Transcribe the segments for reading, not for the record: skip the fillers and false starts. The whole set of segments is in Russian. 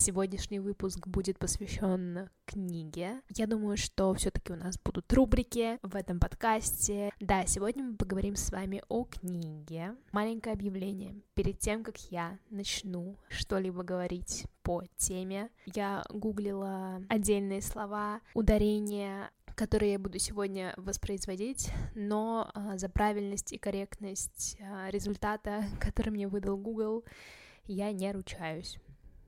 Сегодняшний выпуск будет посвящен книге. Я думаю, что все-таки у нас будут рубрики в этом подкасте. Да, сегодня мы поговорим с вами о книге. Маленькое объявление. Перед тем, как я начну что-либо говорить по теме, я гуглила отдельные слова, ударения, которые я буду сегодня воспроизводить, но за правильность и корректность результата, который мне выдал Google, я не ручаюсь.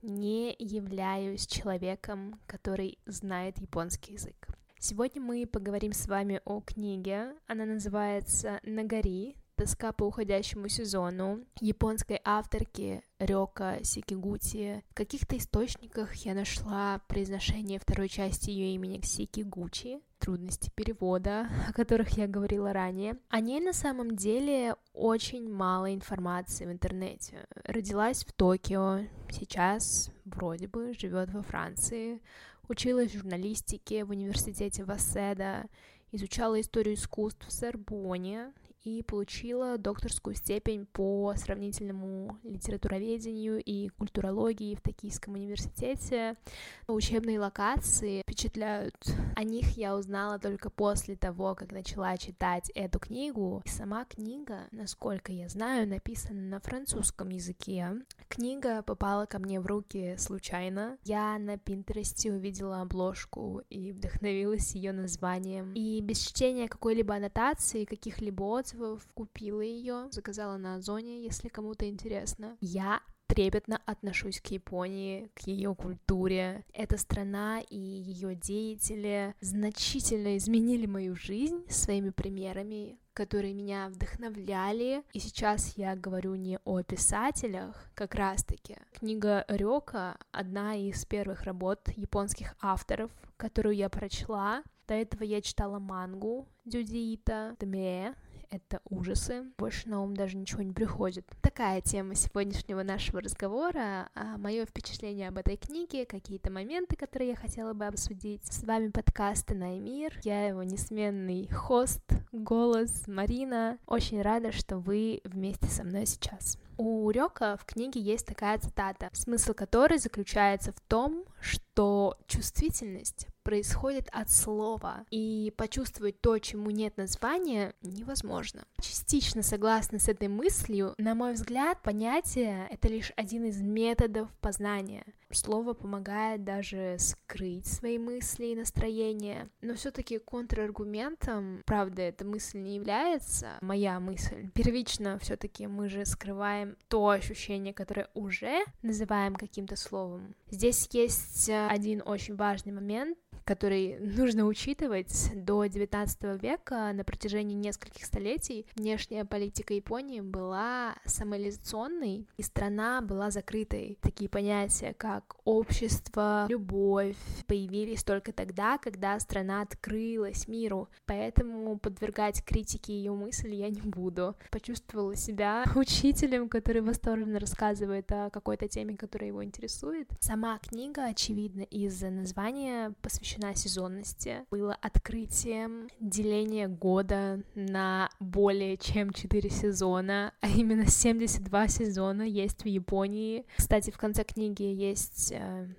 Не являюсь человеком, который знает японский язык. Сегодня мы поговорим с вами о книге. Она называется «Нагари. Тоска по уходящему сезону» японской авторки Рёка Секигути. В каких-то источниках я нашла произношение второй части ее имени Секигучи, трудности перевода, о которых я говорила ранее. О ней на самом деле очень мало информации в интернете. Родилась в Токио, сейчас вроде бы живет во Франции, училась журналистике в университете Васеда, изучала историю искусств в Сорбонне и получила докторскую степень по сравнительному литературоведению и культурологии в Токийском университете. Учебные локации впечатляют. О них я узнала только после того, как начала читать эту книгу. И сама книга, насколько я знаю, написана на французском языке. Книга попала ко мне в руки случайно. Я на Пинтересте увидела обложку и вдохновилась ее названием. И без чтения какой-либо аннотации, каких-либо отзывов, купила ее, заказала на Озоне, если кому-то интересно. Я трепетно отношусь к Японии, к ее культуре. Эта страна и ее деятели значительно изменили мою жизнь своими примерами, которые меня вдохновляли. И сейчас я говорю не о писателях, как раз-таки. Книга Рёка — одна из первых работ японских авторов, которую я прочла. До этого я читала мангу Дюди Ито, Тмее. Это ужасы. Больше на ум даже ничего не приходит. Такая тема сегодняшнего нашего разговора. Мое впечатление об этой книге, какие-то моменты, которые я хотела бы обсудить. С вами подкаст «Инаймир». Я его несменный хост, голос Марина. Очень рада, что вы вместе со мной сейчас. У Рёка в книге есть такая цитата, смысл которой заключается в том, что чувствительность происходит от слова, и почувствовать то, чему нет названия, невозможно. Частично согласна с этой мыслью. На мой взгляд, понятие — это лишь один из методов познания. Слово помогает даже скрыть свои мысли и настроения, но все-таки контраргументом, правда, эта мысль не является, моя мысль. Первично все-таки мы же скрываем то ощущение, которое уже называем каким-то словом. Здесь есть один очень важный момент, который нужно учитывать. До XIX века на протяжении нескольких столетий внешняя политика Японии была самореализационной, и страна была закрытой. Такие понятия, как общество, любовь, появились только тогда, когда страна открылась миру, поэтому подвергать критике ее мысли я не буду. Почувствовала себя учителем, который восторженно рассказывает о какой-то теме, которая его интересует. Сама книга, очевидно, из-за названия посвящена сезонности. Было открытием деления года на более чем 4 сезона, а именно 72 сезона есть в Японии. Кстати, в конце книги есть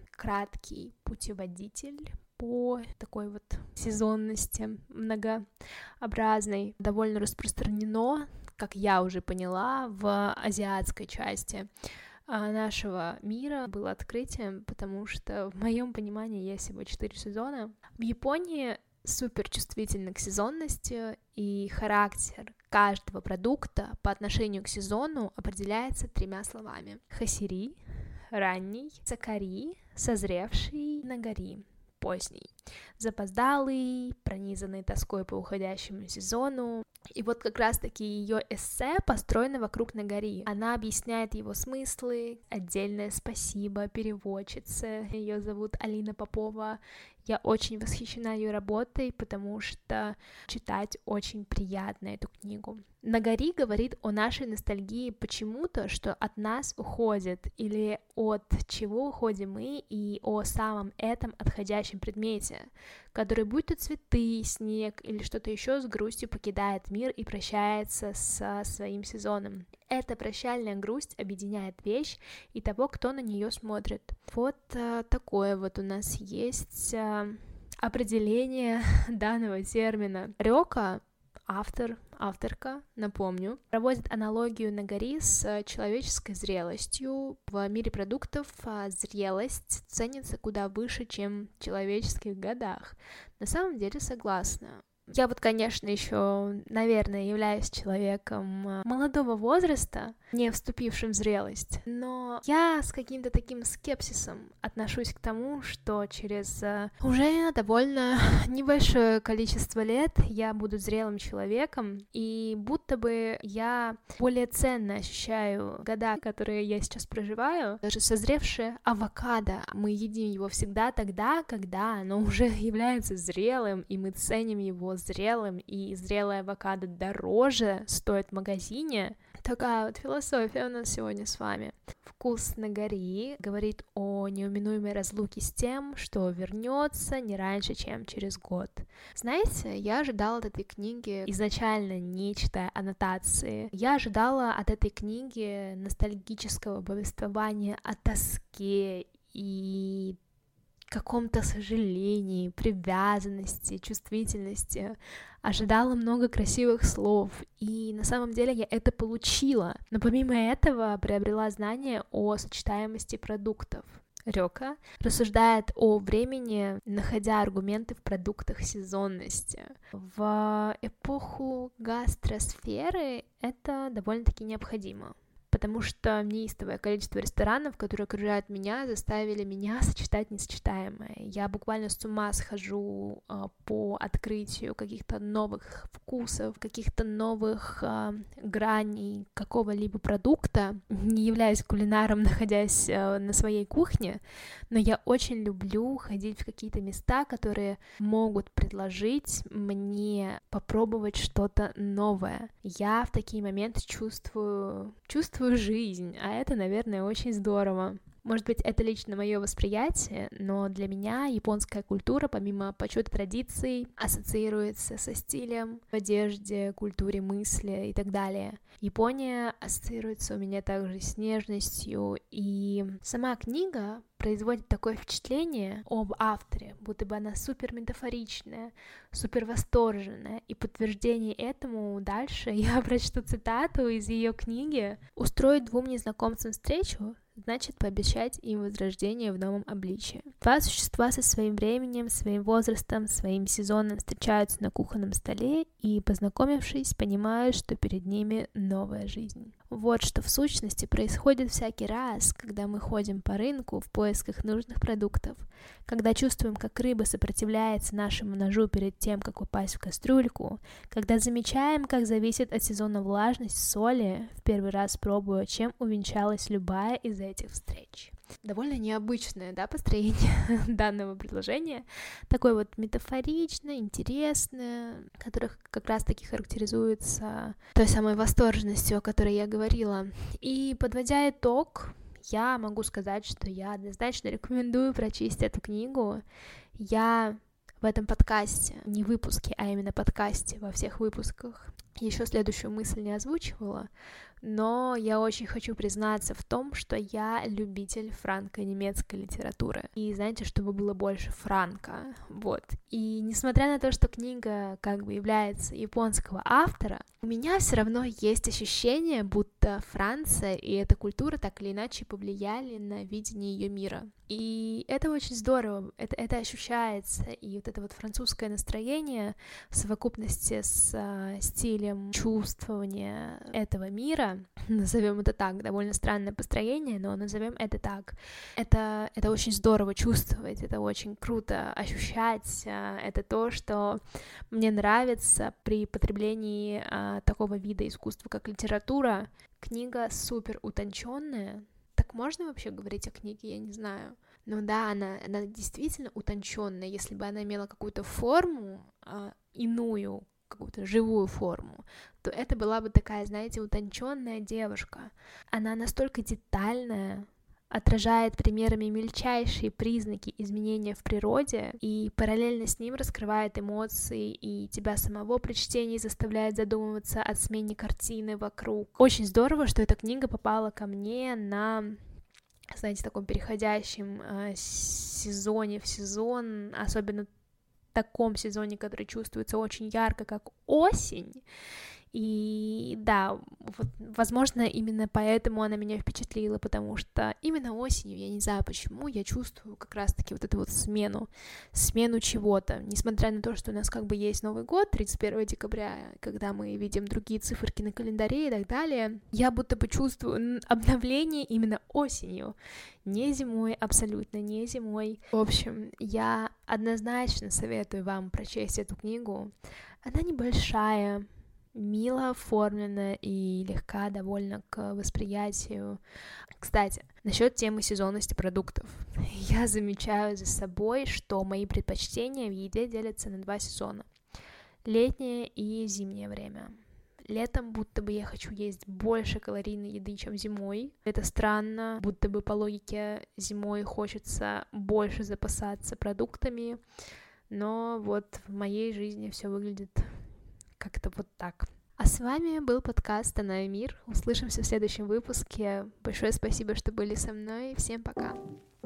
краткий путеводитель по такой вот сезонности многообразной. Довольно распространено, как я уже поняла, в азиатской части нашего мира было открытием, потому что в моем понимании есть всего 4 сезона. В Японии супер чувствительны к сезонности, и характер каждого продукта по отношению к сезону определяется 3 словами. Хасири — ранний, цакари — созревший, нагари — поздний, запоздалый, пронизанный тоской по уходящему сезону. И вот как раз-таки ее эссе построено вокруг Нагари. Она объясняет его смыслы. Отдельное спасибо переводчице. Ее зовут Алина Попова. Я очень восхищена ее работой, потому что читать очень приятно эту книгу. Нагари говорит о нашей ностальгии почему-то, что от нас уходит, или от чего уходим мы, и о самом этом отходящем предмете, который, будь то цветы, снег или что-то еще, с грустью покидает мир мир и прощается со своим сезоном. Эта прощальная грусть объединяет вещь и того, кто на нее смотрит. Вот такое вот у нас есть определение данного термина. Рёка, авторка, напомню, проводит аналогию Нагари с человеческой зрелостью. В мире продуктов зрелость ценится куда выше, чем в человеческих годах. На самом деле согласна. Я вот, конечно, еще, наверное, являюсь человеком молодого возраста, не вступившим в зрелость, но я с каким-то таким скепсисом отношусь к тому, что через уже довольно небольшое количество лет я буду зрелым человеком, и будто бы я более ценно ощущаю года, которые я сейчас проживаю. Даже созревшее авокадо, мы едим его всегда тогда, когда оно уже является зрелым, и мы ценим его зрелым, и зрелая авокадо дороже стоит в магазине. Такая вот философия у нас сегодня с вами. Вкус Нагари говорит о неуминуемой разлуке с тем, что вернется не раньше, чем через год. Знаете, я ожидала от этой книги, изначально не читая аннотации, я ожидала от этой книги ностальгического повествования о тоске и каком-то сожалении, привязанности, чувствительности. Ожидала много красивых слов, и на самом деле я это получила. Но помимо этого приобрела знания о сочетаемости продуктов. Рёка рассуждает о времени, находя аргументы в продуктах сезонности. В эпоху гастросферы это довольно-таки необходимо, потому что неистовое количество ресторанов, которые окружают меня, заставили меня сочетать несочетаемое. Я буквально с ума схожу по открытию каких-то новых вкусов, каких-то новых граней какого-либо продукта. Не являюсь кулинаром, находясь на своей кухне, но я очень люблю ходить в какие-то места, которые могут предложить мне попробовать что-то новое. Я в такие моменты чувствую жизнь, а это, наверное, очень здорово. Может быть, это лично мое восприятие, но для меня японская культура, помимо почета традиций, ассоциируется со стилем в одежде, культуре мысли и так далее. Япония ассоциируется у меня также с нежностью, и сама книга производит такое впечатление об авторе, будто бы она супер метафоричная, супер восторженная, и подтверждение этому дальше я прочту цитату из ее книги: «Устроить двум незнакомцам встречу значит пообещать им возрождение в новом обличии. Два существа со своим временем, своим возрастом, своим сезоном встречаются на кухонном столе и, познакомившись, понимают, что перед ними новая жизнь». Вот что в сущности происходит всякий раз, когда мы ходим по рынку в поисках нужных продуктов, когда чувствуем, как рыба сопротивляется нашему ножу перед тем, как упасть в кастрюльку, когда замечаем, как зависит от сезона влажность соли, в первый раз пробуя, чем увенчалась любая из этих встреч. Довольно необычное, да, построение данного предложения, такое вот метафоричное, интересное, которое как раз-таки характеризуется той самой восторженностью, о которой я говорила. И подводя итог, я могу сказать, что я однозначно рекомендую прочесть эту книгу. Я в этом подкасте, не выпуске, а именно подкасте, во всех выпусках, еще следующую мысль не озвучивала, но я очень хочу признаться в том, что я любитель франко-немецкой литературы. И знаете, чтобы было больше франко, вот. И несмотря на то, что книга как бы является японского автора, у меня все равно есть ощущение, будто Франция и эта культура так или иначе повлияли на видение ее мира. И это очень здорово, это ощущается, и вот это вот французское настроение в совокупности с стилем чувствования этого мира, назовем это так, довольно странное построение, но назовем это так. Это очень здорово чувствовать, это очень круто ощущать, это то, что мне нравится при потреблении такого вида искусства, как литература. Книга супер утонченная. Так можно вообще говорить о книге? Я не знаю. Но да, она действительно утонченная. Если бы она имела какую-то форму, иную, какую-то живую форму, то это была бы такая, знаете, утонченная девушка. Она настолько детальная, отражает примерами мельчайшие признаки изменения в природе и параллельно с ним раскрывает эмоции и тебя самого при чтении заставляет задумываться о смене картины вокруг. Очень здорово, что эта книга попала ко мне на, знаете, таком переходящем сезоне в сезон, особенно в таком сезоне, который чувствуется очень ярко, как осень. И да, вот, возможно, именно поэтому она меня впечатлила, потому что именно осенью, я не знаю почему, я чувствую как раз-таки вот эту вот смену чего-то, несмотря на то, что у нас как бы есть Новый год, 31 декабря, когда мы видим другие циферки на календаре и так далее, я будто бы чувствую обновление именно осенью, не зимой, абсолютно не зимой. В общем, я однозначно советую вам прочесть эту книгу, она небольшая, мило оформлена и легка довольно к восприятию. Кстати, насчет темы сезонности продуктов. Я замечаю за собой, что мои предпочтения в еде делятся на 2 сезона. Летнее и зимнее время. Летом будто бы я хочу есть больше калорийной еды, чем зимой. Это странно, будто бы по логике зимой хочется больше запасаться продуктами, но вот в моей жизни все выглядит как-то вот так. А с вами был подкаст «Она и мир». Услышимся в следующем выпуске. Большое спасибо, что были со мной. Всем пока!